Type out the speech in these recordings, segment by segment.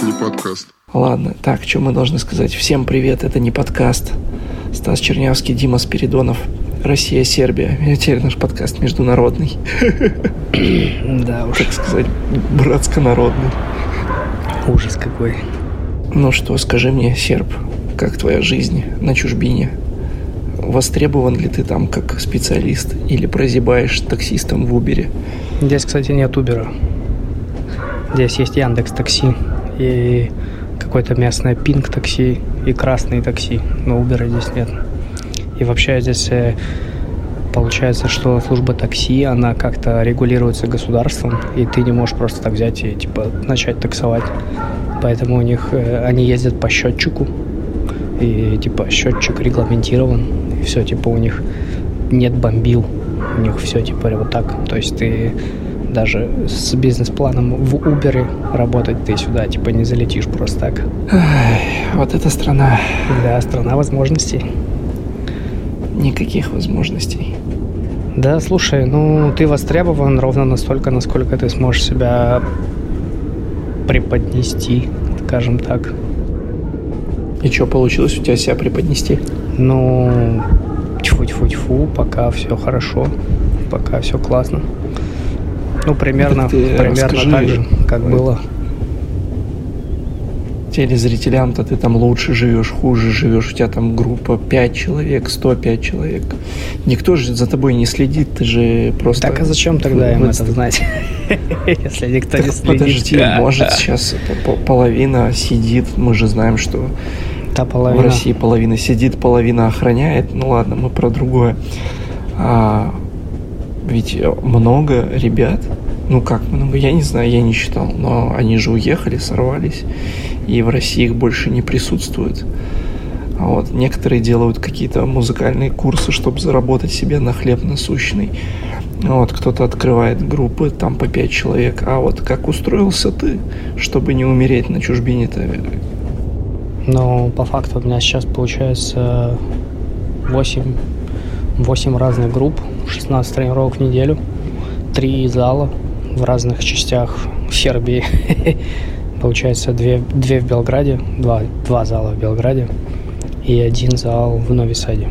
не подкаст. Ладно, так, что мы должны сказать? Всем привет, это не подкаст. Стас Чернявский, Дима Спиридонов, Россия, Сербия. И теперь наш подкаст международный. Да уж. Так сказать, братско-народный. Ужас какой. Ну что, скажи мне, серб, как твоя жизнь на чужбине? Востребован ли ты там как специалист или прозябаешь таксистом в Убере? Здесь, кстати, нет Убера. Здесь есть Яндекс.Такси и какое-то местное Пинг-такси и красный такси, но Убера здесь нет. И вообще здесь получается, что служба такси, она как-то регулируется государством, и ты не можешь просто так взять и типа начать таксовать. Поэтому у них они ездят по счетчику, и типа счетчик регламентирован, и все, типа у них нет бомбил, у них все типа вот так. То есть ты даже с бизнес-планом в Uber работать ты сюда типа не залетишь просто так. Ай, вот эта страна. Да, страна возможностей. Никаких возможностей. Да, слушай, ну ты востребован ровно настолько, насколько ты сможешь себя преподнести, скажем так. И что, получилось у тебя себя преподнести? Ну, тьфу-тьфу-тьфу, пока все хорошо, пока все классно. Ну, примерно расскажи, так же, как было. Телезрителям-то ты там лучше живешь, хуже живешь, у тебя там группа 5 человек, 105 человек. Никто же за тобой не следит, ты же просто... Так а зачем тогда им это знать, если никто не следит? Подожди, может сейчас половина сидит, мы же знаем, что в России половина сидит, половина охраняет. Ну ладно, мы про другое. Ведь много ребят, ну как много, я не знаю, я не считал, но они же уехали, сорвались, и в России их больше не присутствует. А вот некоторые делают какие-то музыкальные курсы, чтобы заработать себе на хлеб насущный. Вот кто-то открывает группы, там по 5 человек. А вот как устроился ты, чтобы не умереть на чужбине-то? Ну, по факту у меня сейчас получается 8 разных групп, 16 тренировок в неделю, 3 зала в разных частях Сербии. Получается 2 в Белграде, 2 зала в Белграде и 1 зал в Нови-Саде.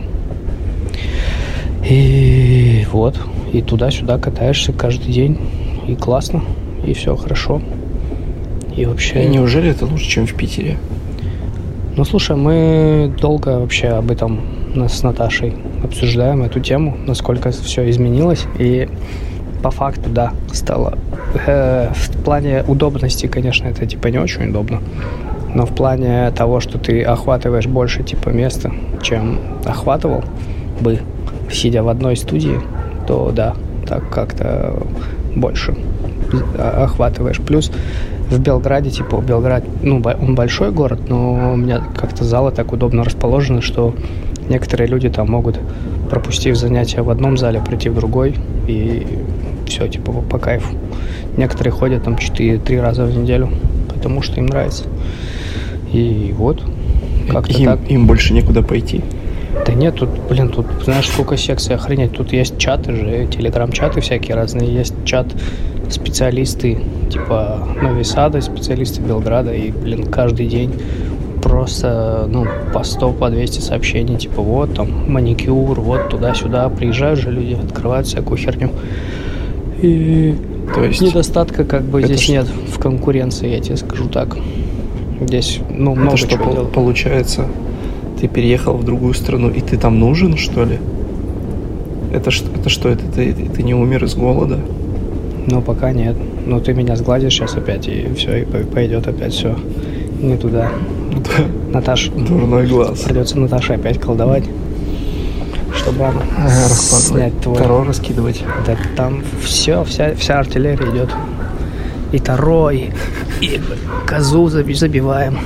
И вот, и туда-сюда катаешься каждый день, и классно, и все хорошо. И вообще... И неужели это лучше, чем в Питере? Ну, слушай, мы долго вообще об этом с Наташей обсуждаем эту тему, насколько все изменилось, и по факту, да, стало. В плане удобности, конечно, это типа не очень удобно, но в плане того, что ты охватываешь больше типа места, чем охватывал бы, сидя в одной студии, то да, так как-то больше охватываешь. Плюс в Белграде, типа, Белград, ну, он большой город, но у меня как-то залы так удобно расположены, что некоторые люди там могут, пропустив занятия в одном зале, прийти в другой, и все, типа, по кайфу. Некоторые ходят там 4-3 раза в неделю, потому что им нравится. И вот, как-то так. Им больше некуда пойти. Да нет, тут, тут, знаешь, сколько секций, охренеть. Тут есть чаты же, телеграм-чаты всякие разные. Есть чат специалисты, типа, Нови-Сада, специалисты Белграда. И, каждый день просто, по 100, по 200 сообщений. Типа, вот, там, маникюр, вот, туда-сюда. Приезжают же люди, открывают всякую херню. И то есть недостатка как бы здесь нет в конкуренции, я тебе скажу так. Здесь, много это что чего получается... Ты переехал в другую страну, и ты там нужен, что ли? Это что? Это ты не умер из голода? Ну, пока нет. Но ты меня сгладишь сейчас опять, и все, и пойдет опять все не туда. Да. Наташ, дурной глаз. Придется Наташе опять колдовать, чтобы снять твой... Таро раскидывать. Да там все, вся артиллерия идет. И таро, и козу забиваем.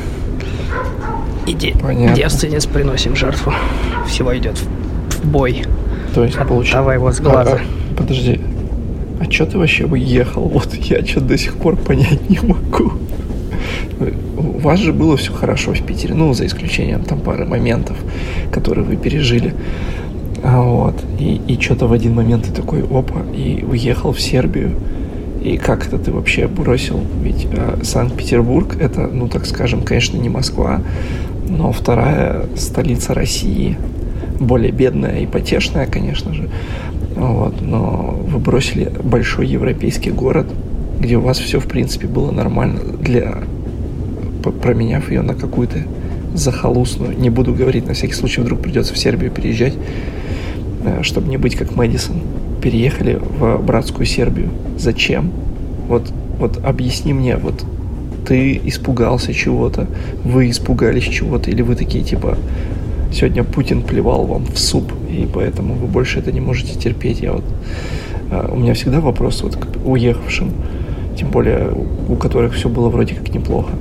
Девственниц приносим жертву. Всего идет в бой. То есть давай его с глаза. Подожди. А что ты вообще уехал? Вот я что до сих пор понять не могу. У вас же было все хорошо в Питере, за исключением там пары моментов, которые вы пережили. Вот. И что-то в один момент ты такой, опа, и уехал в Сербию. И как это ты вообще бросил? Ведь Санкт-Петербург — это, ну, так скажем, конечно, не Москва, но вторая столица России. Более бедная и потешная, конечно же. Вот. Но вы бросили большой европейский город, где у вас все, в принципе, было нормально, променяв ее на какую-то захолустную. Не буду говорить, на всякий случай вдруг придется в Сербию переезжать, чтобы не быть как Мэдисон. Переехали в братскую Сербию. Зачем? Вот объясни мне, вот ты испугался чего-то, вы испугались чего-то, или вы такие, типа, сегодня Путин плевал вам в суп, и поэтому вы больше это не можете терпеть. У меня всегда вопрос вот к уехавшим, тем более у которых все было вроде как неплохо.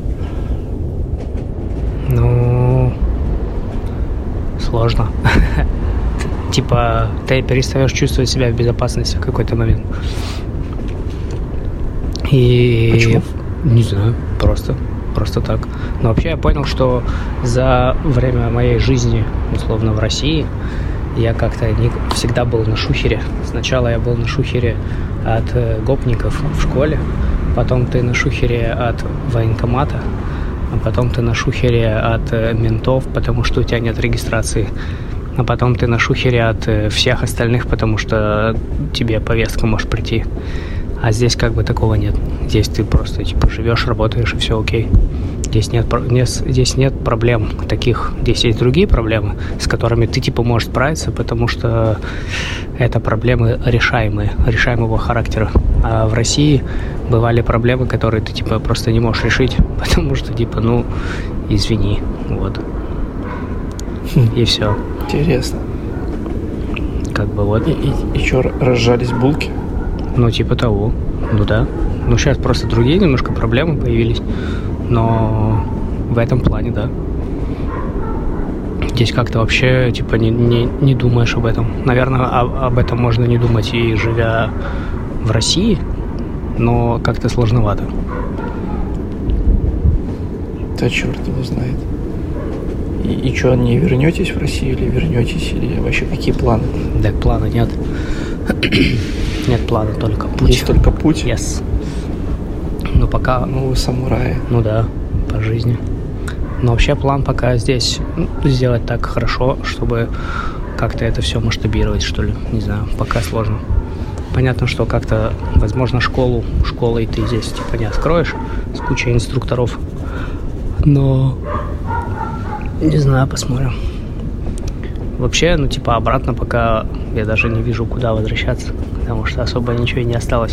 Ну, сложно. Типа, ты перестаешь чувствовать себя в безопасности в какой-то момент. И... Почему? Не знаю, просто так. Но вообще я понял, что за время моей жизни, условно, в России, я как-то не всегда был на шухере. Сначала я был на шухере от гопников в школе, потом ты на шухере от военкомата, а потом ты на шухере от ментов, потому что у тебя нет регистрации, а потом ты на шухере от всех остальных, потому что тебе повестка может прийти. А здесь как бы такого нет. Здесь ты просто типа живешь, работаешь, и все окей. Здесь нет проблем таких. Здесь есть другие проблемы, с которыми ты типа можешь справиться, потому что это проблемы решаемого характера. А в России бывали проблемы, которые ты типа просто не можешь решить, потому что типа, ну, извини, вот. И все. Интересно. Как бы вот. И что, разжались булки? Ну, типа того. Ну да. Ну, сейчас просто другие немножко проблемы появились. Но в этом плане, да. Здесь как-то вообще, типа, не думаешь об этом. Наверное, об этом можно не думать и живя в России, но как-то сложновато. Да черт его знает. И что, не вернетесь в Россию или вернетесь, или вообще какие планы? Так плана нет. Нет плана, только путь. Есть только путь? Yes. Ну, пока... Ну, вы самураи. Ну да, по жизни. Но вообще план пока здесь сделать так хорошо, чтобы как-то это все масштабировать, что ли. Не знаю, пока сложно. Понятно, что как-то, возможно, школой ты здесь типа не откроешь с кучей инструкторов. Но... Не знаю, посмотрим. Вообще, ну, типа, обратно пока я даже не вижу, куда возвращаться, потому что особо ничего и не осталось.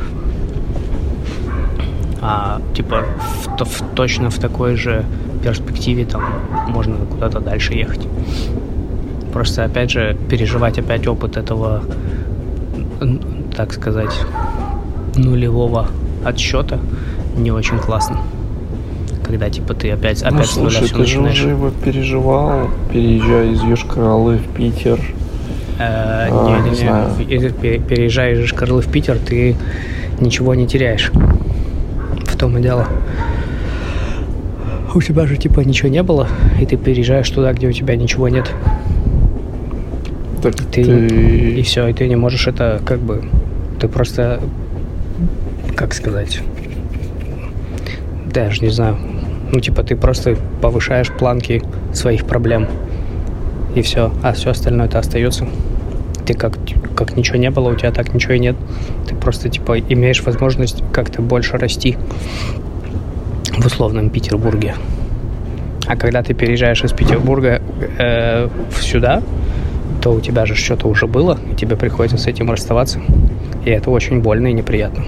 А, типа, точно в такой же перспективе там можно куда-то дальше ехать. Просто, опять же, переживать опять опыт этого, так сказать, нулевого отсчета не очень классно. Когда, типа, ты опять ну, с нуля все начинаешь. Ты же уже его переживал, переезжая из Йошкар-Олы в Питер. Переезжая из Йошкар-Олы в Питер, ты ничего не теряешь. В том и дело. У тебя же, типа, ничего не было, и ты переезжаешь туда, где у тебя ничего нет. Так И все, и ты не можешь это, как бы... Ты просто... Как сказать... Даже не знаю. Ну, типа, ты просто повышаешь планки своих проблем. И все. А все остальное это остается. Ты как ничего не было, у тебя так ничего и нет. Ты просто, типа, имеешь возможность как-то больше расти в условном Петербурге. А когда ты переезжаешь из Петербурга сюда, то у тебя же что-то уже было, и тебе приходится с этим расставаться. И это очень больно и неприятно.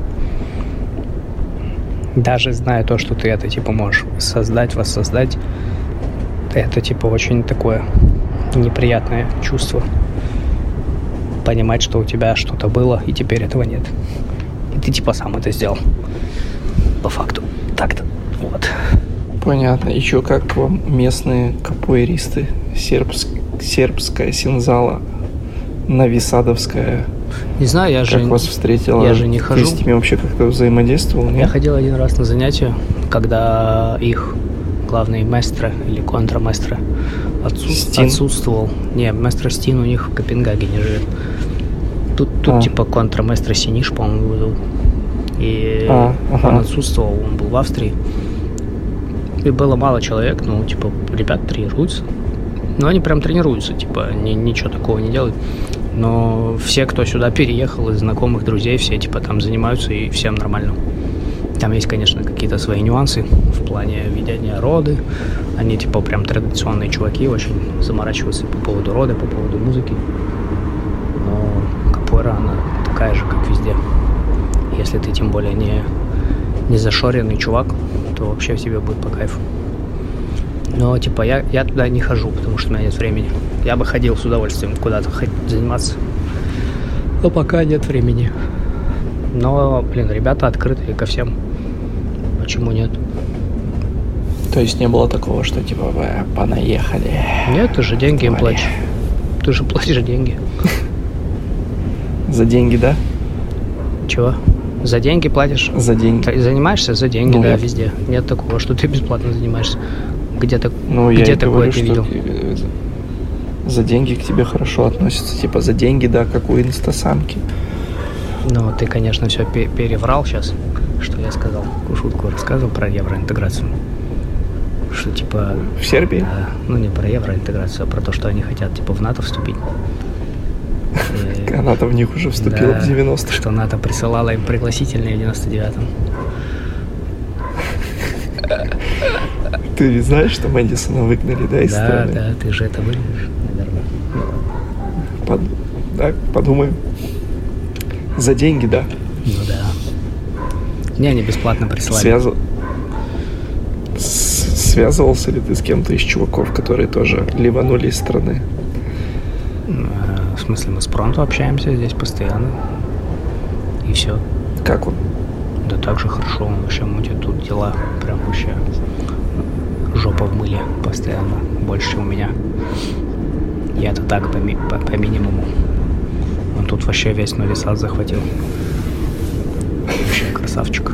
Даже зная то, что ты это, типа, можешь воссоздать, это, типа, очень такое неприятное чувство. Понимать, что у тебя что-то было, и теперь этого нет. И ты, типа, сам это сделал. По факту. Так-то. Вот. Понятно. И что, как к вам местные капуэристы? Сербская синзала, новисадовская. Не знаю, я же... Как вас встретила? Я же не хожу. Ты с ними вообще как-то взаимодействовал? Нет? Я ходил один раз на занятия, когда их главный маэстро или контрамаэстро отсутствовал. Не, маэстро Стин у них в Копенгагене живет. Тут типа контрамаэстро Синиш, по-моему, был. И он отсутствовал, он был в Австрии. И было мало человек, ну, типа, ребят тренируются. Ну, они прям тренируются, типа, ничего такого не делают. Но все, кто сюда переехал, из знакомых, друзей, все, типа, там занимаются, и всем нормально. Там есть, конечно, какие-то свои нюансы в плане ведения роды. Они, типа, прям традиционные чуваки, очень заморачиваются по поводу рода, по поводу музыки. Но капуэра, она такая же, как везде. Если ты, тем более, не зашоренный чувак, то вообще тебе будет по кайфу. Но, типа, я туда не хожу, потому что у меня нет времени. Я бы ходил с удовольствием куда-то заниматься. Но пока нет времени. Но, блин, ребята открыты ко всем. Почему нет? То есть не было такого, что, типа, вы понаехали? Нет, ты же деньги им платишь. Ты же платишь деньги. За деньги, да? Чего? За деньги платишь? За деньги. Ты занимаешься за деньги, ну, да, везде. Нет такого, что ты бесплатно занимаешься. Где-то, ну, где я такое говорю, ты видел? За деньги к тебе хорошо относятся. Типа за деньги, да, как у инстасамки. Ну, ты, конечно, все переврал сейчас, что я сказал. Шутку рассказывал про евроинтеграцию. Что, типа... В Сербии? Ну, не про евроинтеграцию, а про то, что они хотят, типа, в НАТО вступить. А НАТО в них уже вступила в 90-х. Что НАТО присылала им пригласительные в 99-м. Ты ведь знаешь, что Мэдисона выгнали, да, из страны? Да, ты же это вырежешь, наверное. Да, подумаем. За деньги, да. Ну да. Не, они бесплатно присылали. Связывался ли ты с кем-то из чуваков, которые тоже ливанули из страны? В смысле, мы с Пронто общаемся здесь постоянно. И все. Как он? Да так же хорошо. Он вообще мутит тут дела. Прям вообще жопа в мыле постоянно. Больше, чем у меня. Я-то так по минимуму. Он тут вообще весь Новый Сад захватил. Вообще красавчик.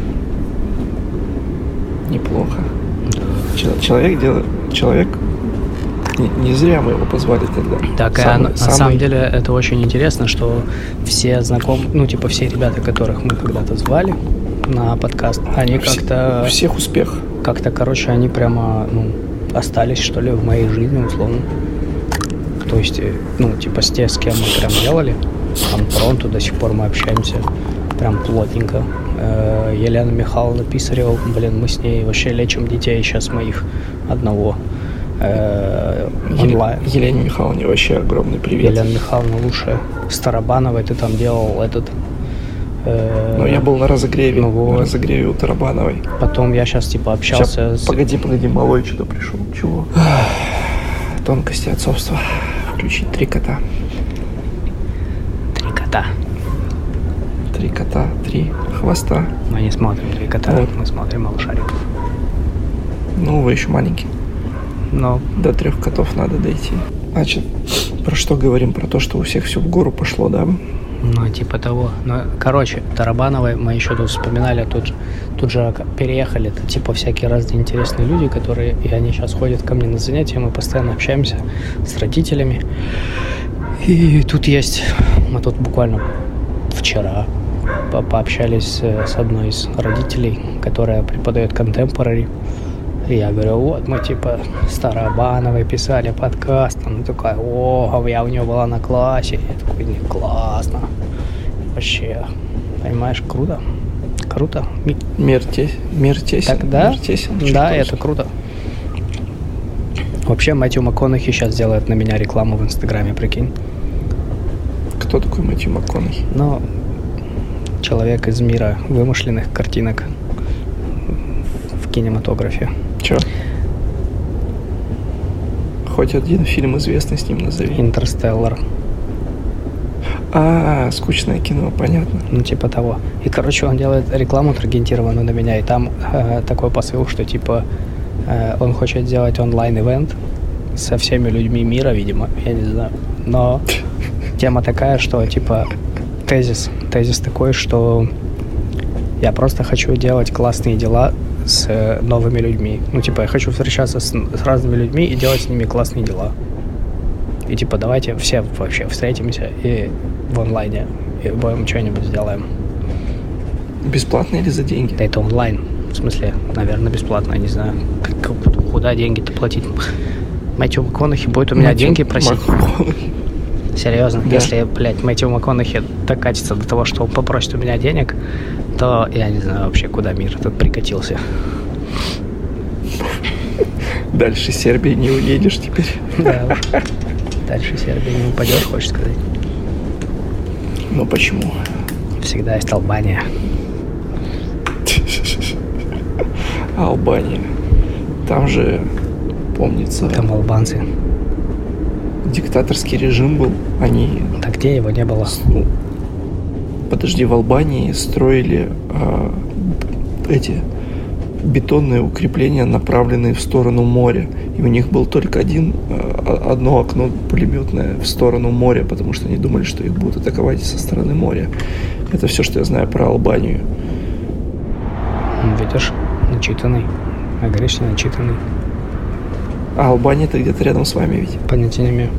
Неплохо. Да. Человек не зря мы его позвали тогда. Так, на самом деле это очень интересно, что все знакомые, ну типа все ребята, которых мы когда-то звали на подкаст, они как-то... Всех успех. Как-то, короче, они прямо, остались, что ли, в моей жизни, условно. То есть, типа с кем мы прям делали, там Пронто, до сих пор мы общаемся прям плотненько. Елена Михайловна Писарева, мы с ней вообще лечим детей сейчас моих одного онлайн. Елене Михайловне вообще огромный привет. Елена Михайловна лучшая. С Тарабановой ты там делал этот... Ну, я был на разогреве, на разогреве у Тарабановой. Потом я сейчас, типа, общался с... Погоди, малой что-то пришел. Чего? Тонкости отцовства. Включить 3 кота. 3 кота. 3 кота, 3 хвоста. Мы не смотрим 3 кота, вот. Мы смотрим малышариков. Ну, вы еще маленький. Но... До 3 котов надо дойти. Значит, про что говорим? Про то, что у всех все в гору пошло, да? Ну, типа того. Ну, короче, Тарабановой мы еще тут вспоминали, тут же переехали, это типа всякие разные интересные люди, которые, и они сейчас ходят ко мне на занятия, мы постоянно общаемся с родителями. И тут есть, мы тут буквально вчера пообщались с одной из родителей, которая преподает contemporary. И я говорю, вот мы типа с Тарабановой писали подкаст. Она такая, я у нее была на классе. Я такой, не, классно. Вообще, понимаешь, круто. Круто. Мир тесен. Тогда, мир тесен. Да, это круто. Вообще, Мэтью МакКонахи сейчас делает на меня рекламу в Инстаграме, прикинь. Кто такой Мэтью МакКонахи? Ну, человек из мира вымышленных картинок в кинематографе. Чё? Хоть один фильм известный с ним назови. «Интерстеллар». Скучное кино, понятно. Ну, типа того. И, короче, он делает рекламу таргетированную на меня, и там такой посыл, что, типа, он хочет сделать онлайн-ивент со всеми людьми мира, видимо, я не знаю. Но тема такая, что, типа, тезис такой, что я просто хочу делать классные дела с новыми людьми. Ну, типа, я хочу встречаться с разными людьми и делать с ними классные дела. И, типа, давайте все вообще встретимся и в онлайне и будем что-нибудь сделаем. Бесплатно или за деньги? Да это онлайн. В смысле, наверное, бесплатно, я не знаю. Куда деньги-то платить? Мэтью МакКонахи будет у меня деньги просить? Серьезно? Да. Если, блядь, Мэтью МакКонахи докатится до того, что он попросит у меня денег, то я не знаю вообще, куда мир этот прикатился. Дальше Сербии не уедешь теперь. Да уж. Дальше Сербии не упадешь, хочешь сказать. Но почему? Всегда есть Албания. Албания. Там же, помнится... Там албанцы. Диктаторский режим был. Они... Да где его не было? Подожди, в Албании строили эти бетонные укрепления, направленные в сторону моря. И у них был только одно окно пулеметное в сторону моря, потому что они думали, что их будут атаковать со стороны моря. Это все, что я знаю про Албанию. Видишь, начитанный. А говоришь, не начитанный. А Албания-то где-то рядом с вами ведь? Понятия не имею.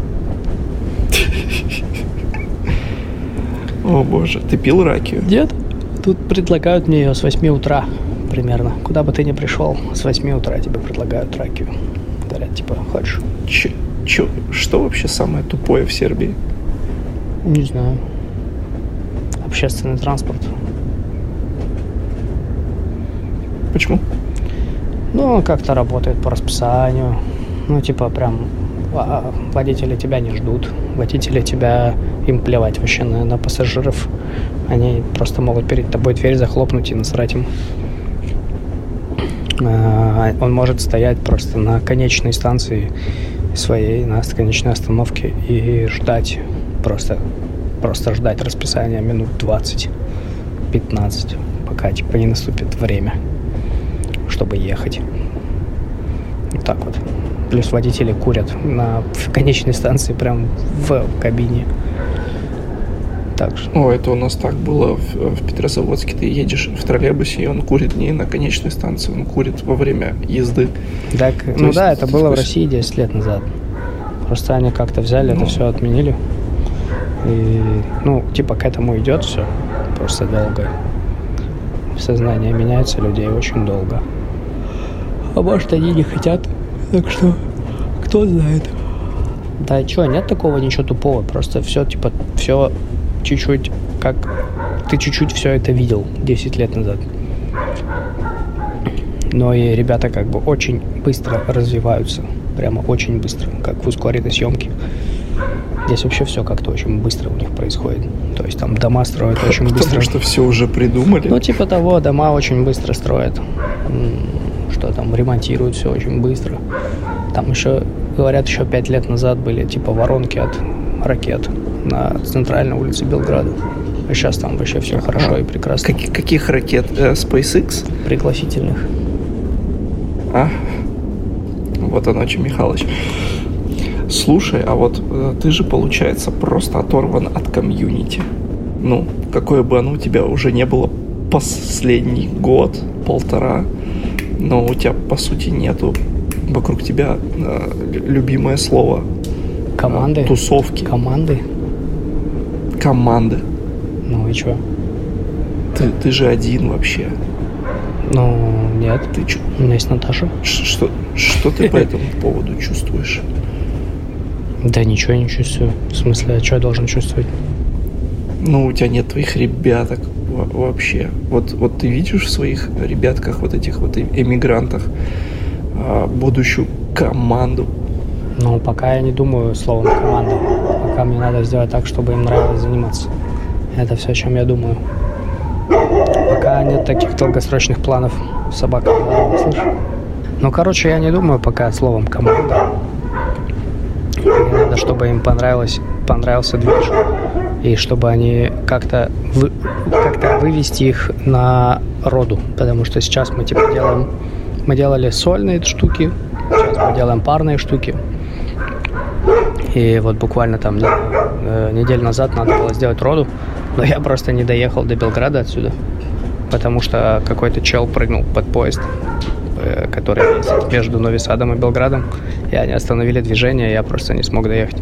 О боже, ты пил ракию? Нет. Тут предлагают мне ее с 8 утра примерно. Куда бы ты ни пришел, с 8 утра тебе предлагают ракию. Говорят, типа, хочешь? Что вообще самое тупое в Сербии? Не знаю. Общественный транспорт. Почему? Ну, он как-то работает по расписанию. Ну, типа, прям водители тебя не ждут. Водители тебя... Им плевать вообще на пассажиров. Они просто могут перед тобой дверь захлопнуть и насрать им. Он может стоять просто на конечной станции своей, на конечной остановке и ждать. Просто ждать расписания минут 20-15, пока типа не наступит время, чтобы ехать. Вот так вот. Плюс водители курят в конечной станции, прям в кабине. Так же. О, это у нас так было в Петрозаводске. Ты едешь в троллейбусе, и он курит не на конечной станции, он курит во время езды. Так, это было в России 10 лет назад. Просто они как-то взяли это все, отменили. И, типа к этому идет все. Просто долго. Сознание меняется людей очень долго. А может, они не хотят. Так что, кто знает. Да что, нет такого ничего тупого. Просто все, типа, все чуть-чуть, как ты чуть-чуть все это видел 10 лет назад. Но и ребята как бы очень быстро развиваются. Прямо очень быстро, как в ускоренной съемке. Здесь вообще все как-то очень быстро у них происходит. То есть там дома строят очень быстро. Потому что все уже придумали. Типа того, дома очень быстро строят. Что там, ремонтируют все очень быстро. Там еще, говорят, еще 5 лет назад были типа воронки от ракет на центральной улице Белграда. А сейчас там вообще все хорошо и прекрасно. Каких ракет? SpaceX? Пригласительных. Вот оно, что, Михалыч. Слушай, а вот ты же, получается, просто оторван от комьюнити. Какое бы оно у тебя уже не было последний год, полтора, но у тебя, по сути, нету вокруг тебя любимое слово. Команды. Тусовки. Команды. Ну и чё? Ты же один вообще. Нет. Ты чё? У меня есть Наташа. Что ты по этому поводу чувствуешь? Да ничего не чувствую. В смысле, а что я должен чувствовать? У тебя нет твоих ребяток вообще. Вот ты видишь в своих ребятках, вот этих вот эмигрантах, будущую команду? Пока я не думаю словом команда. Пока мне надо сделать так, чтобы им нравилось заниматься. Это все, о чем я думаю. Пока нет таких долгосрочных планов. Собака, слышишь? Я не думаю пока словом команда. Мне надо, чтобы им понравился движ. И чтобы они как-то вывести их на роду. Потому что сейчас мы мы делали сольные штуки, сейчас мы делаем парные штуки. И вот буквально там неделю назад надо было сделать роду, но я просто не доехал до Белграда отсюда, потому что какой-то чел прыгнул под поезд, который ездит между Нови Садом и Белградом, и они остановили движение, я просто не смог доехать.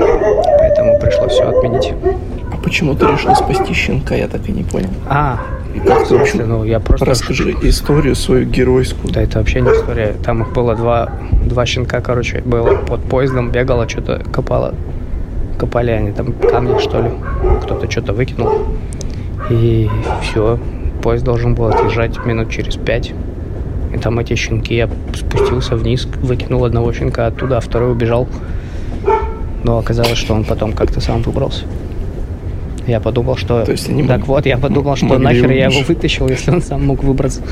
Поэтому пришлось все отменить. А почему ты решил спасти щенка, я так и не понял. И как ты вообще... Ну, я просто... Расскажи историю свою геройскую. Да это вообще не история. Там их было два щенка, короче, было под поездом, бегало, что-то копали они там камни, что ли. Кто-то что-то выкинул. И все. Поезд должен был отъезжать минут через 5. И там эти щенки, я спустился вниз, выкинул одного щенка оттуда, а второй убежал. Но оказалось, что он потом как-то сам выбрался. Я подумал, что... То есть они так вот, я подумал, что нахер я его вытащил, если он сам мог выбраться.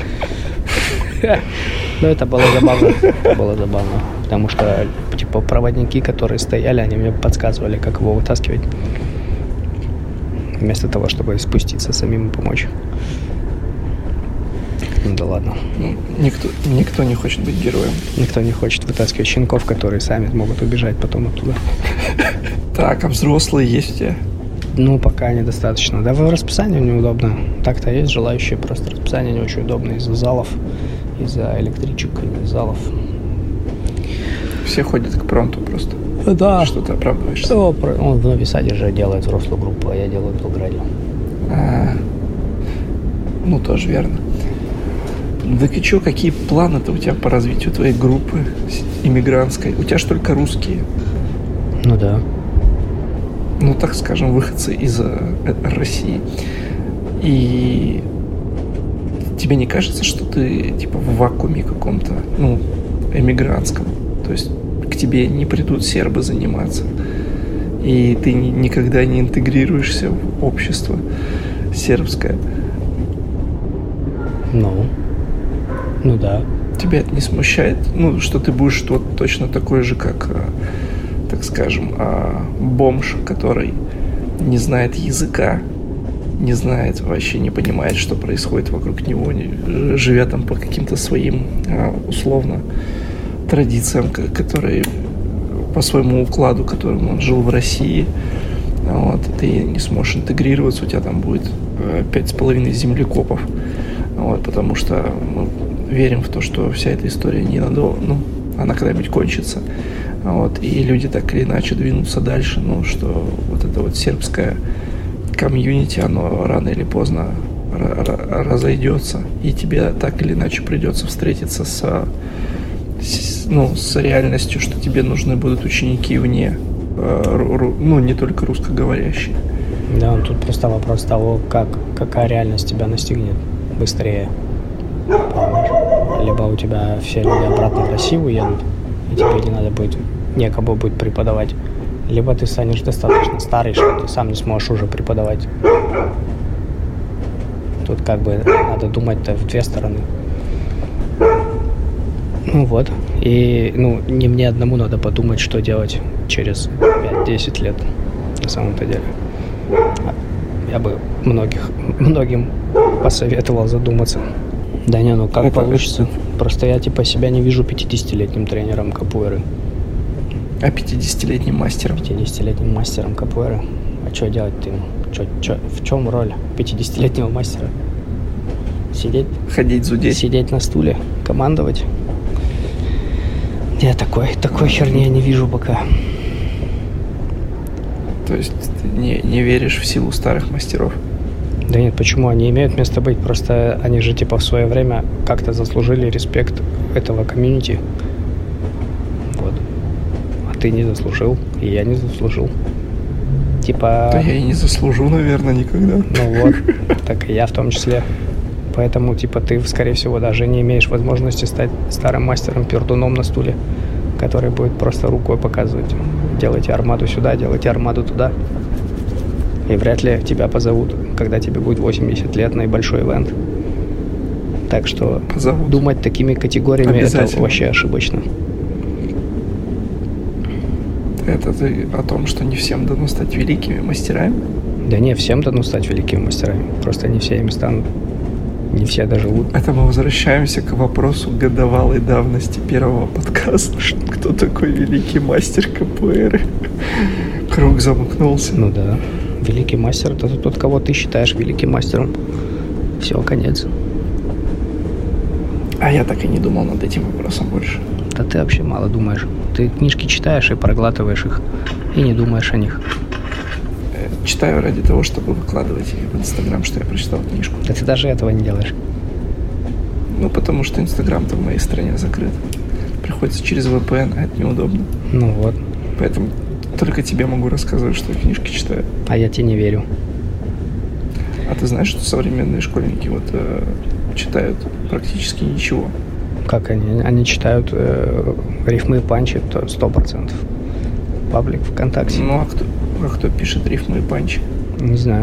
Но это было забавно. Потому что, типа, проводники, которые стояли, они мне подсказывали, как его вытаскивать. Вместо того, чтобы спуститься самим и помочь. Ну да ладно. Никто не хочет быть героем. Никто не хочет вытаскивать щенков, которые сами могут убежать потом оттуда. Так, а взрослые есть у тебя? Ну, пока недостаточно. Да, в расписании неудобно. Так-то есть желающие, просто расписание не очень удобно из-за залов, из-за электричек, из-за залов. Все ходят к пронту просто. Да. Что ты оправдываешься? Он в Нови Саде же делает взрослую группу, а я делаю в Белграде. Ну, тоже верно. Так и что, какие планы-то у тебя по развитию твоей группы иммигрантской? У тебя ж только русские. Ну да. Ну, так скажем, выходцы из России. И тебе не кажется, что ты типа в вакууме каком-то, ну, эмигрантском? То есть к тебе не придут сербы заниматься, и ты никогда не интегрируешься в общество сербское. Ну да. Тебя это не смущает? Ну, что ты будешь точно такой же, как, так скажем, бомж, который не знает языка, не знает, вообще не понимает, что происходит вокруг него, живя там по каким-то своим, условно, традициям, которые по своему укладу, которым он жил в России. Вот, ты не сможешь интегрироваться, у тебя там будет 5,5 землекопов. Вот, потому что мы верим в то, что вся эта история ненадолго, она когда-нибудь кончится. Вот, и люди так или иначе двинутся дальше, что вот это вот сербское комьюнити, оно рано или поздно разойдется, и тебе так или иначе придется встретиться с реальностью, что тебе нужны будут ученики вне, не только русскоговорящие. Да, тут просто вопрос того, какая реальность тебя настигнет быстрее. Либо у тебя все люди обратно в Россию уедут, и тебе не надо будет, некому будет преподавать, либо ты станешь достаточно старый, что ты сам не сможешь уже преподавать. Тут как бы надо думать-то в две стороны. Ну вот. И не мне одному надо подумать, что делать через 5-10 лет на самом-то деле. Я бы многим посоветовал задуматься. Да не, как это получится. Просто я себя не вижу 50-летним тренером капуэры. А 50-летним мастером? 50-летним мастером капуэры. А что делать-то ему? В чем роль 50-летнего мастера? Сидеть? Ходить, зудеть? Сидеть на стуле, командовать? Я такой херни я не вижу пока. То есть ты не веришь в силу старых мастеров? Да нет, почему? Они имеют место быть. Просто они же в свое время как-то заслужили респект этого комьюнити. Вот. А ты не заслужил, и я не заслужил. Да я и не заслужу, наверное, никогда. Ну вот, так и я в том числе. Поэтому, ты, скорее всего, даже не имеешь возможности стать старым мастером-пердуном на стуле, который будет просто рукой показывать. Делайте армаду сюда, делайте армаду туда. И вряд ли тебя позовут, когда тебе будет 80 лет на большой ивент. Так что думать такими категориями — это вообще ошибочно. Это ты о том, что не всем дано стать великими мастерами? Да не, всем дано стать великими мастерами. Просто не все ими станут. Не все доживут. Это мы возвращаемся к вопросу годовалой давности первого подкаста. Кто такой великий мастер КПР? Круг замкнулся. Ну да. Великий мастер — это тот, кого ты считаешь великим мастером. Все, конец. А я так и не думал над этим вопросом больше. Да ты вообще мало думаешь. Ты книжки читаешь и проглатываешь их, и не думаешь о них. читаю ради того, чтобы выкладывать в Инстаграм, что я прочитал книжку. Да ты даже этого не делаешь. Ну, потому что Инстаграм-то в моей стране закрыт. Приходится через VPN, а это неудобно. Ну вот. Поэтому только тебе могу рассказывать, что я книжки читаю. А я тебе не верю. А ты знаешь, что современные школьники читают практически ничего? Как они? Они читают рифмы и панчи, то 100%. Паблик ВКонтакте. Ну, а кто пишет рифмы и панчи? Не знаю.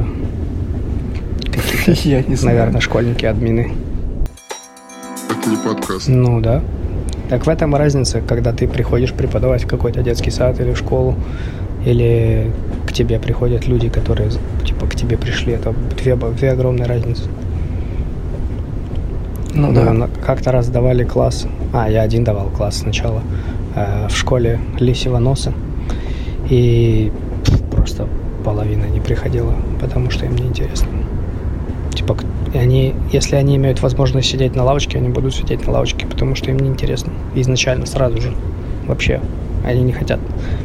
Я не знаю. Наверное, школьники-админы. Это не подкаст. Ну да. Так в этом разница, когда ты приходишь преподавать в какой-то детский сад или в школу, или к тебе приходят люди, которые типа к тебе пришли. Это две огромные разницы. Ну да. Как-то раз давали класс. Я один давал класс сначала в школе Лисьего носа. И просто половина не приходила, потому что им не интересно. Типа, если они имеют возможность сидеть на лавочке, они будут сидеть на лавочке, потому что им не интересно. Изначально, сразу же. Вообще. Они не хотят.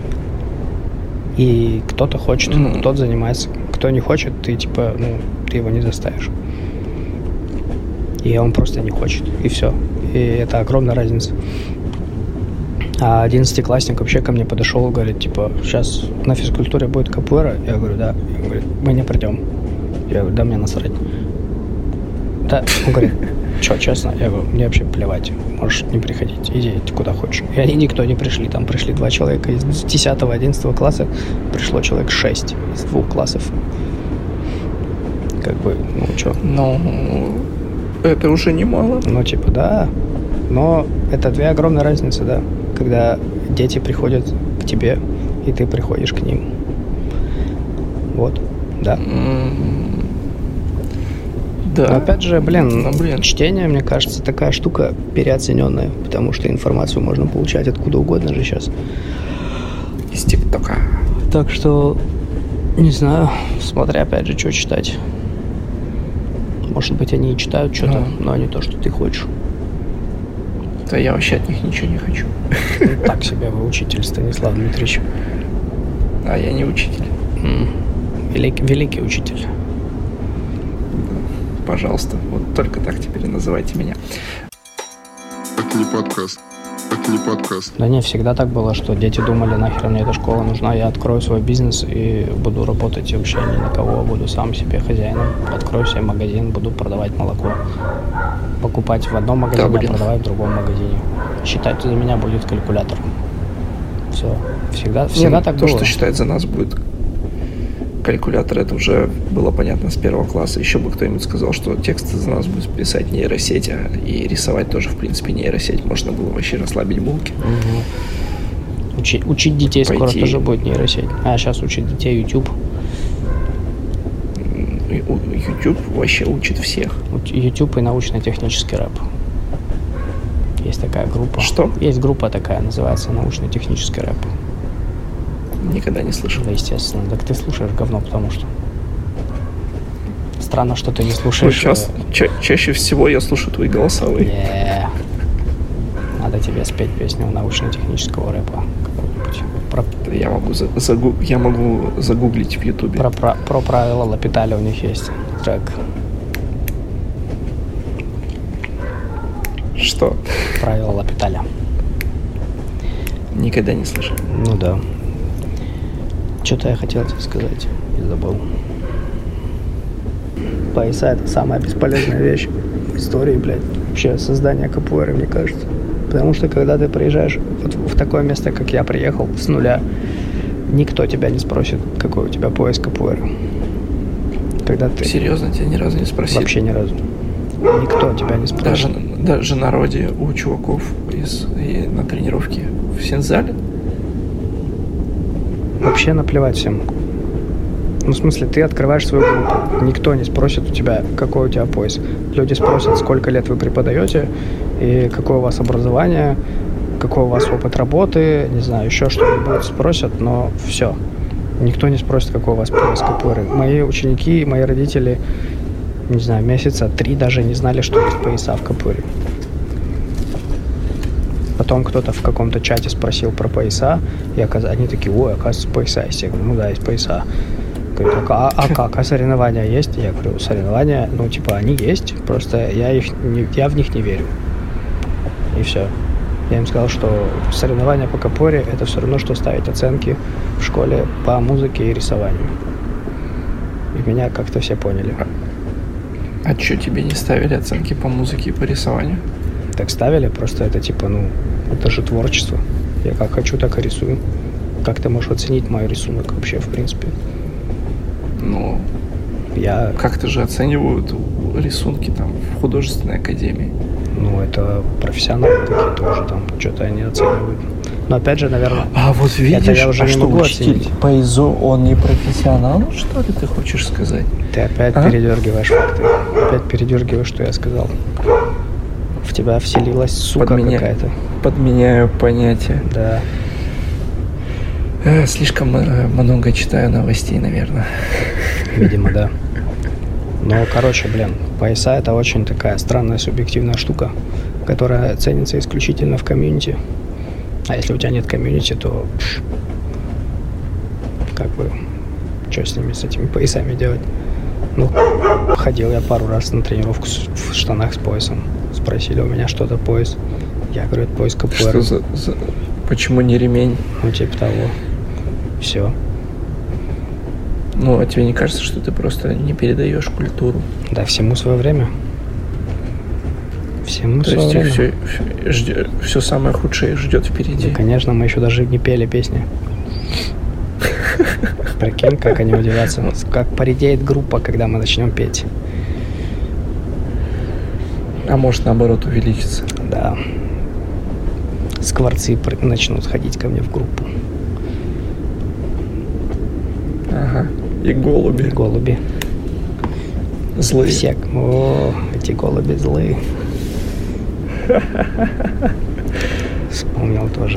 И кто-то хочет, кто-то занимается. Кто не хочет, ты его не заставишь. И он просто не хочет. И все. И это огромная разница. А 11-классник вообще ко мне подошел и говорит, типа, сейчас на физкультуре будет капуэра? Я говорю, да. Он говорит, мы не придем. Я говорю, да мне насрать. Да. Он говорит, что, честно? Я говорю, мне вообще плевать. Можешь не приходить. Иди куда хочешь. И они никто не пришли. Там пришли 2 человека из 10-11 класса. Пришло человек 6 из 2 классов. Как бы, что? Ну, это уже немало. Ну, типа, да. Но это 2 огромные разницы, да. Когда дети приходят к тебе, и ты приходишь к ним. Вот, да. Да. Но опять же, чтение, мне кажется, такая штука переоцененная, потому что информацию можно получать откуда угодно же сейчас. Из ТикТока. Так что, не знаю, смотря опять же, что читать. Может быть, они и читают что-то, но не то, что ты хочешь. Да я вообще от них ничего не хочу. Так себе вы учитель, Станислав Дмитриевич. А я не учитель. Великий учитель. Пожалуйста, вот только так теперь и называйте меня. Это не подкаст. Это не подкаст. Да не, всегда так было, что дети думали, нахер мне эта школа нужна, я открою свой бизнес и буду работать вообще ни на кого, буду сам себе хозяином, открою себе магазин, буду продавать молоко, покупать в одном магазине, а продавать в другом магазине. Считать за меня будет калькулятор. Все, всегда так было. То, что считать за нас будет калькулятор, это уже было понятно с 1 класса. Еще бы кто-нибудь сказал, что тексты за нас будет писать нейросеть, и рисовать тоже, в принципе, нейросеть. Можно было вообще расслабить булки. Угу. Учить детей скоро тоже будет нейросеть. А сейчас учит детей YouTube. YouTube вообще учит всех. YouTube и научно-технический рэп. Есть такая группа. Что? Есть группа такая, называется научно-технический рэп. Никогда не слышал. Да, естественно. Так ты слушаешь говно, потому что... Странно, что ты не слушаешь... Чаще всего я слушаю твои голосовые. Надо тебе спеть песню научно-технического рэпа какой-нибудь. Я могу загуглить в Ютубе. Про правила Лапиталя у них есть трек. Что? Правила Лапиталя. Никогда не слышал. Ну да. Что-то я хотел тебе сказать и забыл. Пояса — это самая бесполезная вещь в истории, блядь, вообще создания капуэры, мне кажется. Потому что когда ты приезжаешь вот в такое место, как я приехал, с нуля, никто тебя не спросит, какой у тебя пояс капуэры. Когда ты... Серьезно, тебя ни разу не спросили? Вообще ни разу. Никто тебя не спросит. Даже на роде у чуваков на тренировке в Сензале? Вообще наплевать всем. Ну, в смысле, ты открываешь свою группу. Никто не спросит у тебя, какой у тебя пояс. Люди спросят, сколько лет вы преподаете, и какое у вас образование, какой у вас опыт работы, не знаю, еще что-нибудь спросят, но все. Никто не спросит, какой у вас пояс капуэры. Мои ученики, мои родители, не знаю, месяца 3 даже не знали, что есть пояса в капуэре. Потом кто-то в каком-то чате спросил про пояса, и они такие: ой, оказывается, пояса есть. Я говорю, ну да, есть пояса. говорит, а как? А соревнования есть? Я говорю, соревнования, ну, типа, они есть, просто я в них не верю. И все. Я им сказал, что соревнования по капоре – это все равно, что ставить оценки в школе по музыке и рисованию. И меня как-то все поняли. А что, тебе не ставили оценки по музыке и по рисованию? Так ставили, просто это типа, ну, это же творчество. Я как хочу, так и рисую. Как ты можешь оценить мой рисунок вообще, в принципе? Ну, как-то же оценивают рисунки там в художественной академии. Ну, это профессионалы какие-то уже там, что-то они оценивают. Но опять же, наверное... А вот видишь, это я уже не могу учитель оценить. по ИЗО, он не профессионал, что ли, ты хочешь сказать? Ты опять передергиваешь факты. Опять передергиваешь, что я сказал. В тебя вселилась сука какая-то. Подменяю понятие. Да. Слишком много читаю новостей, наверное. Видимо, да. Но, короче, пояса – это очень такая странная субъективная штука, которая ценится исключительно в комьюнити. А если у тебя нет комьюнити, то как бы, что с ними, с этими поясами делать? Ну, ходил я пару раз на тренировку в штанах с поясом. Спросили у меня, что это пояс. Я говорю, это пояс КПР. Что за... Почему не ремень? Ну, типа того. Все. Ну, а тебе не кажется, что ты просто не передаешь культуру? Да, всему свое время. Всему свое время. То есть все самое худшее ждет впереди. Да, конечно, мы еще даже не пели песни. Прикинь, как они удивятся. Как поредеет группа, когда мы начнем петь. А может, наоборот, увеличится. Да. Скворцы начнут ходить ко мне в группу. Ага. И голуби. И голуби. Злые. О, эти голуби злые. Вспомнил тоже.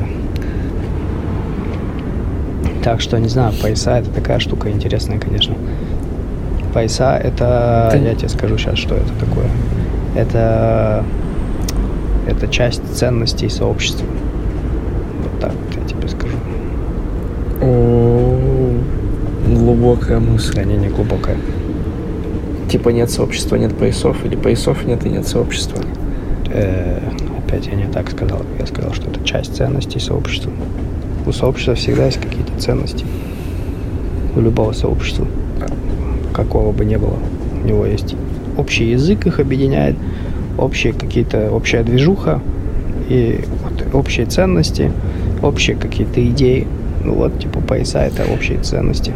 Так что, не знаю, пояса – это такая штука интересная, конечно. Пояса – это… Я тебе скажу сейчас, что это такое. Это часть ценностей сообщества. Вот так вот я тебе скажу. Глубокая мысль. Да не глубокая. Типа нет сообщества, нет поясов, или поясов нет и нет сообщества? Опять я не так сказал. Я сказал, что это часть ценностей сообщества. У сообщества всегда есть какие-то ценности. У любого сообщества. Какого бы ни было. У него есть общий язык, их объединяет, общая движуха и вот, общие ценности, общие какие-то идеи. Ну вот, типа пояса – это общие ценности.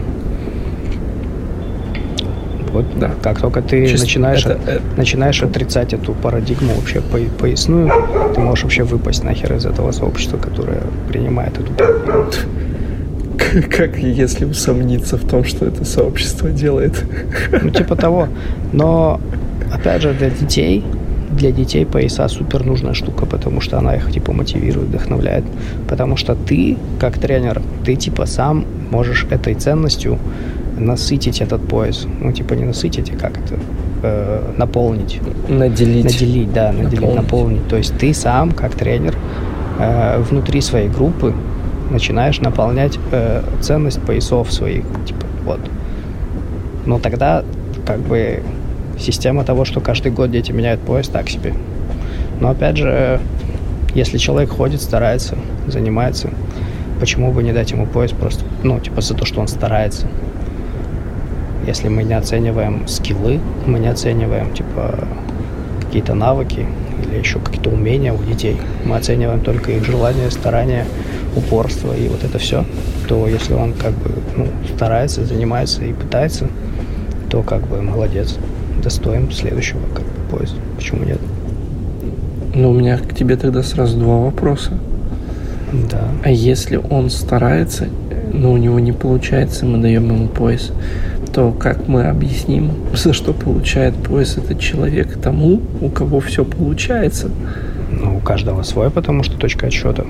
Вот, да. Как только ты начинаешь отрицать эту парадигму вообще поясную, ты можешь вообще выпасть нахер из этого сообщества, которое принимает эту парадигму. Как если усомниться в том, что это сообщество делает? Ну, типа того. Но, опять же, для детей пояса супер нужная штука, потому что она их, типа, мотивирует, вдохновляет. Потому что ты, как тренер, ты, типа, сам можешь этой ценностью насытить этот пояс. Ну, типа, не насытить, а как это? Наполнить. Наделить, наполнить. То есть ты сам, как тренер, внутри своей группы начинаешь наполнять ценность поясов своих, типа, вот. Но тогда, как бы, система того, что каждый год дети меняют пояс, так себе. Но, опять же, если человек ходит, старается, занимается, почему бы не дать ему пояс просто, ну, типа, за то, что он старается. Если мы не оцениваем скиллы, мы не оцениваем, типа, какие-то навыки или еще какие-то умения у детей, мы оцениваем только их желание, старание, упорство и вот это все, то если он как бы старается, занимается и пытается, то как бы молодец, достоин следующего как бы пояса. Почему нет? Ну, у меня к тебе тогда сразу два вопроса. Да. А если он старается, но у него не получается, мы даем ему пояс, то как мы объясним, за что получает пояс этот человек тому, у кого все получается? Ну, у каждого свой, потому что точка отсчета.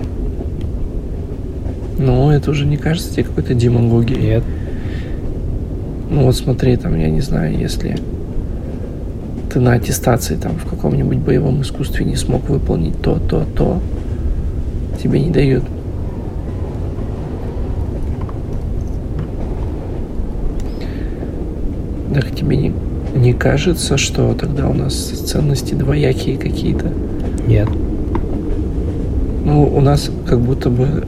Ну, это уже не кажется тебе какой-то демагогией? Нет. Ну, вот смотри, там, я не знаю, если ты на аттестации там в каком-нибудь боевом искусстве не смог выполнить то, тебе не дают. Так тебе не кажется, что тогда у нас ценности двоякие какие-то? Нет. Ну, у нас как будто бы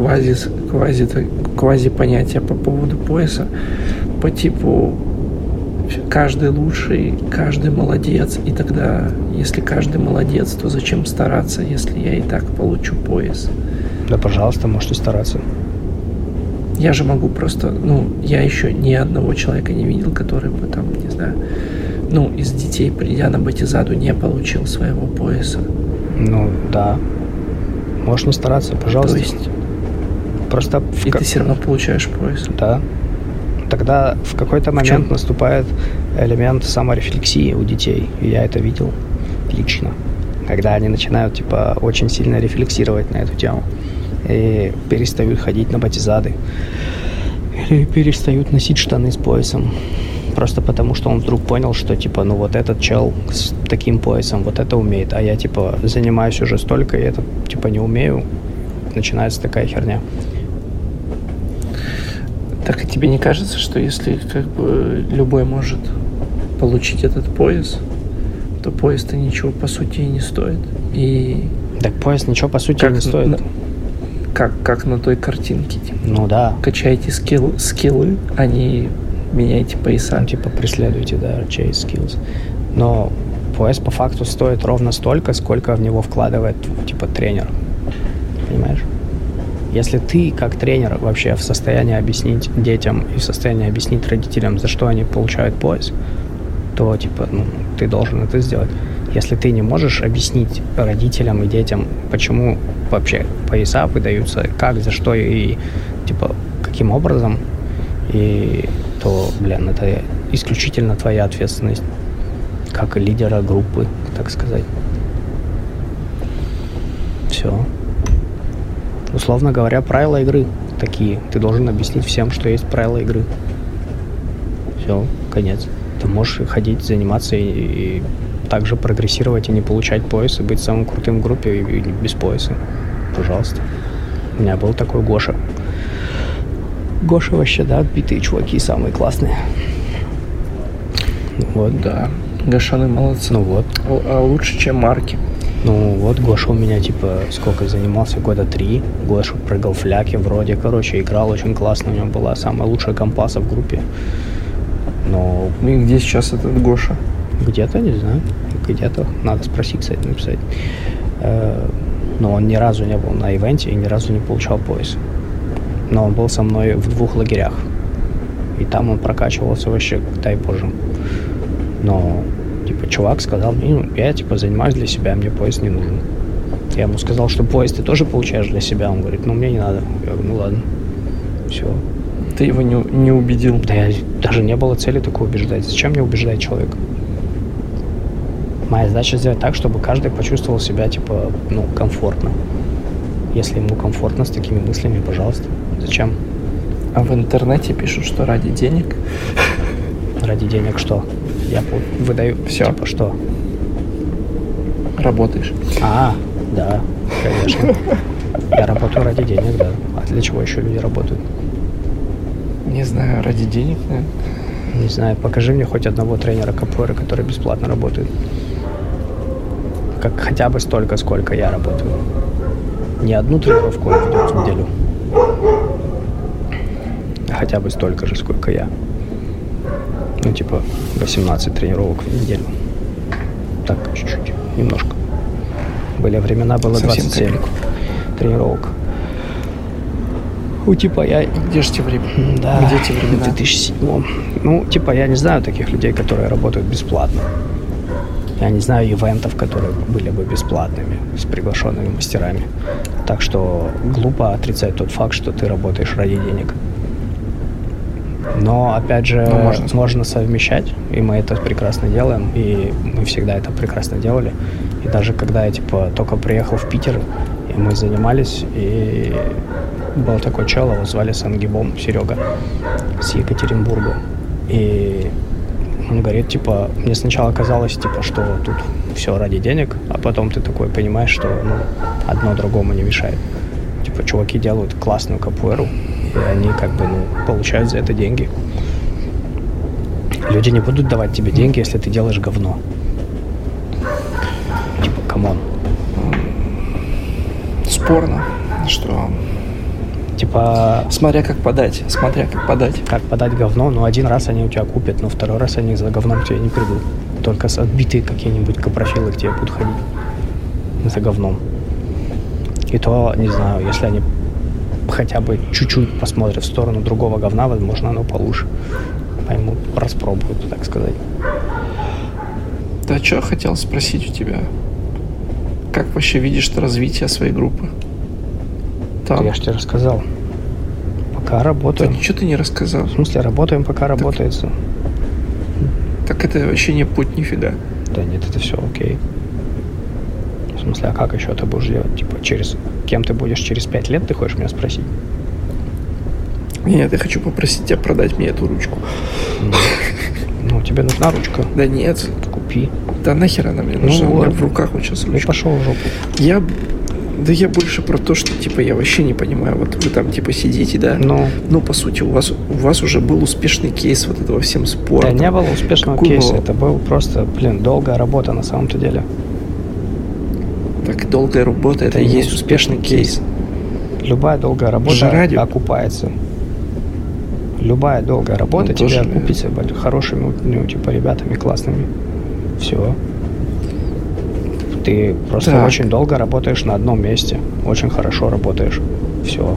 квази понятие по поводу пояса, по типу каждый лучший, каждый молодец, и тогда, если каждый молодец, то зачем стараться, если я и так получу пояс? Да, пожалуйста, можете стараться. Я же могу просто, я еще ни одного человека не видел, который бы там, не знаю, из детей, придя на батизаду, не получил своего пояса. Ну, да. Можешь не стараться, пожалуйста. То есть, просто и ты все равно получаешь пояс. Да. Тогда в какой-то момент наступает элемент саморефлексии у детей. И я это видел лично. Когда они начинают, очень сильно рефлексировать на эту тему. И перестают ходить на батизады. Или перестают носить штаны с поясом. Просто потому, что он вдруг понял, что, вот этот чел с таким поясом вот это умеет, а я, занимаюсь уже столько, и это, не умею. Начинается такая херня. Так и тебе не кажется, что если любой может получить этот пояс, то пояс-то ничего по сути и не стоит? И так пояс ничего по сути не стоит. Как на той картинке. Ну да. Качайте скиллы, а не меняйте пояса. Преследуйте, да, chase skills. Но пояс по факту стоит ровно столько, сколько в него вкладывает, тренер. Понимаешь? Если ты, как тренер, вообще в состоянии объяснить детям и в состоянии объяснить родителям, за что они получают пояс, то, ты должен это сделать. Если ты не можешь объяснить родителям и детям, почему вообще пояса выдаются, как, за что и, каким образом, и то, это исключительно твоя ответственность, как лидера группы, так сказать. Все. Условно говоря, правила игры такие. Ты должен объяснить всем, что есть правила игры. Все, конец. Ты можешь ходить, заниматься и также прогрессировать и не получать пояс, и быть самым крутым в группе и без пояса. Пожалуйста. У меня был такой Гоша. Гоша вообще, да, отбитые чуваки, самые классные. Вот. Да, Гошаны молодцы. Ну вот. А лучше, чем Марки. Ну вот, Гоша у меня, сколько занимался, 3 года. Гоша прыгал фляки вроде, играл очень классно. У него была самая лучшая компаса в группе. Но... И где сейчас этот Гоша? Где-то, не знаю. Где-то. Надо спросить, кстати, написать. Но он ни разу не был на ивенте и ни разу не получал пояс. Но он был со мной в 2 лагерях. И там он прокачивался вообще, дай боже. Но, чувак сказал мне, я, занимаюсь для себя, мне пояс не нужен. Я ему сказал, что пояс ты тоже получаешь для себя. Он говорит, мне не надо. Я говорю, ладно. Все. Ты его не убедил? Да я даже не было цели такой убеждать. Зачем мне убеждать человека? Моя задача сделать так, чтобы каждый почувствовал себя, комфортно. Если ему комфортно с такими мыслями, пожалуйста. Зачем? А в интернете пишут, что ради денег. Ради денег что? Я выдаю все. Что? Работаешь. Да, конечно. Я работаю ради денег, да. А для чего еще люди работают? Не знаю, ради денег, наверное. Не знаю, покажи мне хоть одного тренера капоэйры, который бесплатно работает. Как хотя бы столько, сколько я работаю. Не одну тренировку он ведет в неделю. А хотя бы столько же, сколько я. 18 тренировок в неделю. Так, чуть-чуть, немножко. Были времена, было совсем 27 тренировок. Я... Где же те времена? Да, где те времена? В 2007. Я не знаю таких людей, которые работают бесплатно. Я не знаю ивентов, которые были бы бесплатными, с приглашенными мастерами. Так что глупо отрицать тот факт, что ты работаешь ради денег. Но, опять же, можно совмещать, и мы это прекрасно делаем, и мы всегда это прекрасно делали. И даже когда я, только приехал в Питер, и мы занимались, и был такой чел, его звали Сангибом, Серега, с Екатеринбурга. И он говорит, мне сначала казалось, что тут все ради денег, а потом ты такой понимаешь, что, одно другому не мешает. Чуваки делают классную капоэйру, и они получают за это деньги. Люди не будут давать тебе деньги, если ты делаешь говно. Типа, камон. Спорно, что... Типа... Смотря как подать. Как подать говно, но один раз они у тебя купят, но второй раз они за говном к тебе не придут. Только отбитые какие-нибудь копрофилы к тебе будут ходить за говном. И то, не знаю, если они хотя бы чуть-чуть посмотрят в сторону другого говна, возможно, оно получше. Поймут, распробуют, так сказать. Да, что хотел спросить у тебя? Как вообще видишь ты развитие своей группы? Там. Я же тебе рассказал. Пока работаем. Да ничего ты не рассказал. В смысле, работаем, пока работается. Так это вообще не путь нифига. Да нет, это все окей. В смысле, а как еще ты будешь делать? Типа, кем ты будешь через 5 лет, ты хочешь меня спросить? Нет, я хочу попросить тебя продать мне эту ручку. Ну, тебе нужна ручка? Да нет. Купи. Да нахер она мне нужна? Ну, у меня вот. в руках вот сейчас ручка. Ну, пошел в жопу. Я больше про то, что, типа, я вообще не понимаю. Вот вы там, типа, сидите, да? Ну, по сути, у вас уже был успешный кейс вот этого всем спорта. Да не было успешного кейса. Это был просто, долгая работа на самом-то деле. Так, долгая работа, это и есть успешный кейс. Любая долгая работа окупается. Любая долгая работа тебе окупится хорошими, ребятами классными. Все. Ты просто очень долго работаешь на одном месте. Очень хорошо работаешь. Все.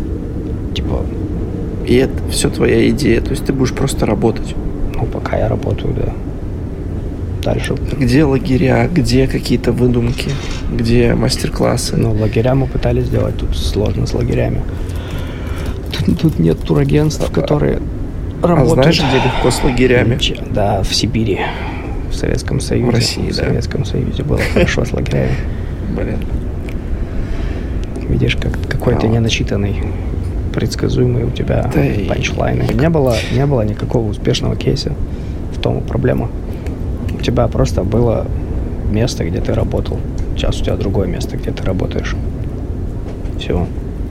И это все твоя идея. То есть ты будешь просто работать. Ну, пока я работаю, да. Дальше. Где лагеря, где какие-то выдумки, где мастер-классы? Ну, лагеря мы пытались сделать. Тут сложно с лагерями. Тут нет турагентств, которые работают. А знаешь, где легко с лагерями? Да, в Сибири. В Советском Союзе. В России, В Советском Союзе было хорошо с лагерями. Блин. Видишь, какой ты неначитанный, предсказуемый у тебя панчлайны. Не было никакого успешного кейса. В том и проблема. У тебя просто было место, где ты работал. Сейчас у тебя другое место, где ты работаешь. Все.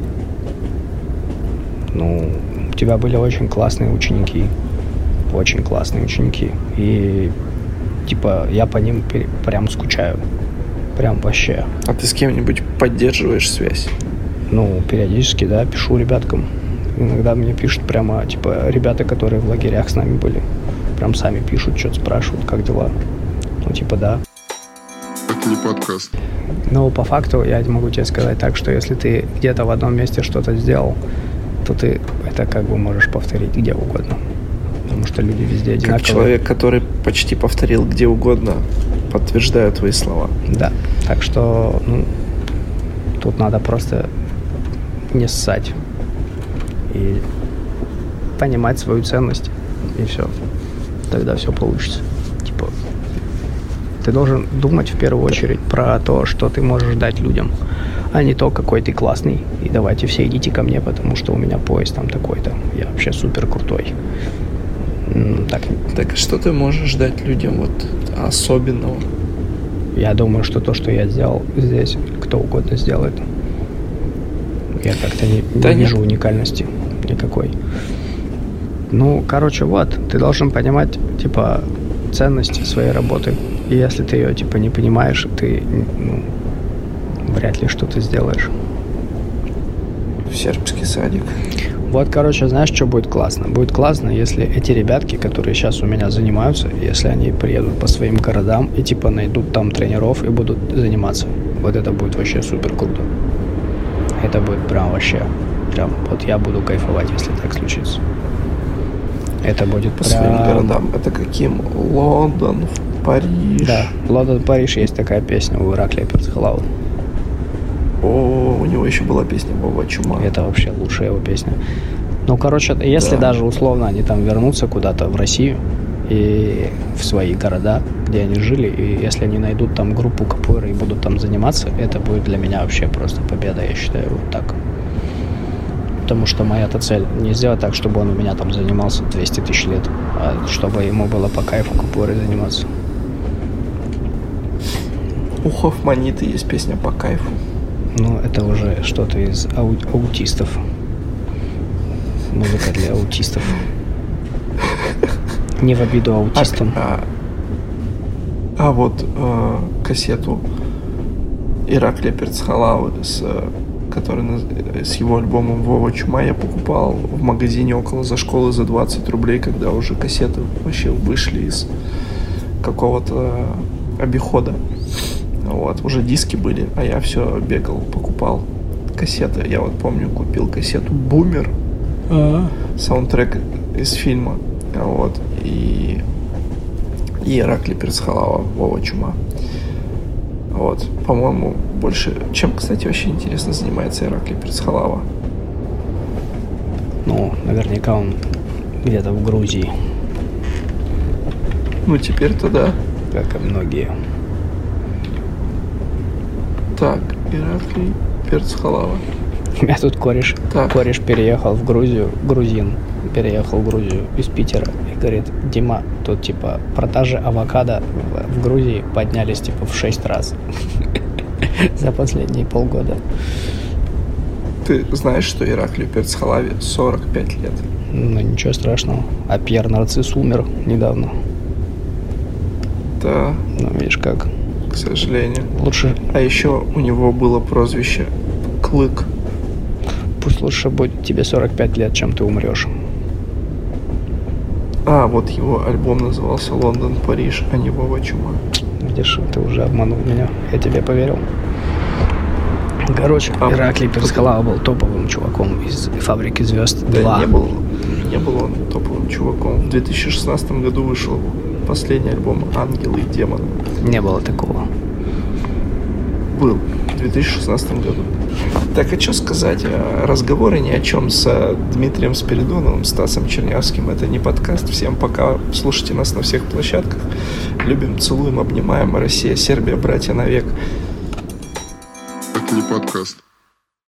Ну, у тебя были очень классные ученики. Очень классные ученики. И, я по ним прям скучаю. Прям вообще. А ты с кем-нибудь поддерживаешь связь? Ну, периодически, да, пишу ребяткам. Иногда мне пишут прямо, ребята, которые в лагерях с нами были. Прям сами пишут, что-то спрашивают, как дела. Ну, да. Это не подкаст. Но по факту я могу тебе сказать так, что если ты где-то в одном месте что-то сделал, то ты это можешь повторить где угодно. Потому что люди везде одинаковые. Как человек, который почти повторил где угодно, подтверждаю твои слова. Да. Так что, тут надо просто не ссать и понимать свою ценность, и все. Тогда все получится. Ты должен думать в первую очередь про то, что ты можешь дать людям, а не то, какой ты классный. И давайте все идите ко мне, потому что у меня пояс там такой-то. Я вообще супер крутой. Так что ты можешь дать людям особенного? Я думаю, что то, что я сделал здесь, кто угодно сделает. Я как-то не вижу уникальности никакой. Ты должен понимать, ценность своей работы. И если ты ее, не понимаешь, ты, вряд ли что-то сделаешь. В сербский садик. Знаешь, что будет классно? Будет классно, если эти ребятки, которые сейчас у меня занимаются, если они приедут по своим городам и, найдут там тренеров и будут заниматься. Вот это будет вообще супер круто. Это будет прям вообще, я буду кайфовать, если так случится. Это будет по своим городам. Это каким? Лондон, Париж. Да, Лондон, Париж, есть такая песня у Ираклия Перцхлау. О, у него еще была песня «Вова Чума». Это вообще лучшая его песня. Если даже условно они там вернутся куда-то в Россию и в свои города, где они жили, и если они найдут там группу капуэйры и будут там заниматься, это будет для меня вообще просто победа, я считаю, вот так. Потому что моя-то цель не сделать так, чтобы он у меня там занимался 200 тысяч лет, а чтобы ему было по кайфу капуэйрой заниматься. У Хофманиты есть песня «По кайфу». Это уже что-то из аутистов. Музыка для аутистов. Не в обиду аутистам. А вот кассету Ираклия Перцхалавы, с его альбомом «Вова Чума» я покупал в магазине около за школы за 20 рублей, когда уже кассеты вообще вышли из какого-то обихода. Вот, уже диски были, а я все бегал, покупал кассеты. Я вот помню, купил кассету «Бумер», саундтрек из фильма, вот, и Ираклий Перцхалава, «Вова Чума». Вот, по-моему, больше... Чем, кстати, вообще интересно занимается Ираклий Перцхалава? Ну, наверняка он где-то в Грузии. Ну, теперь-то да. Как и многие. Так, Ираклий Перцхалава. У меня тут кореш переехал в Грузию, грузин переехал в Грузию из Питера и говорит: Дима, тут типа продажи авокадо в Грузии поднялись типа в 6 раз за последние полгода. Ты знаешь, что Ираклию Перцхалаве 45 лет? Ну, ничего страшного. А Пьер Нарцисс умер недавно. Да. Ну, видишь как. К сожалению. Лучше. А еще у него было прозвище Клык. Пусть лучше будет тебе 45 лет, чем ты умрешь. А, вот его альбом назывался «Лондон, Париж», а не «Вова Чума». Видишь, ты уже обманул меня. Я тебе поверил. Короче, Ираклий Перцхалава был топовым чуваком из «Фабрики звезд 2». Да, не был он топовым чуваком. В 2016 году вышел последний альбом «Ангелы и демоны». Не было такого. Был в 2016 году. Так, а что сказать? Разговоры ни о чем с Дмитрием Спиридоновым, Стасом Чернявским. Это не подкаст. Всем пока. Слушайте нас на всех площадках. Любим, целуем, обнимаем. Россия, Сербия, братья навек. Это не подкаст.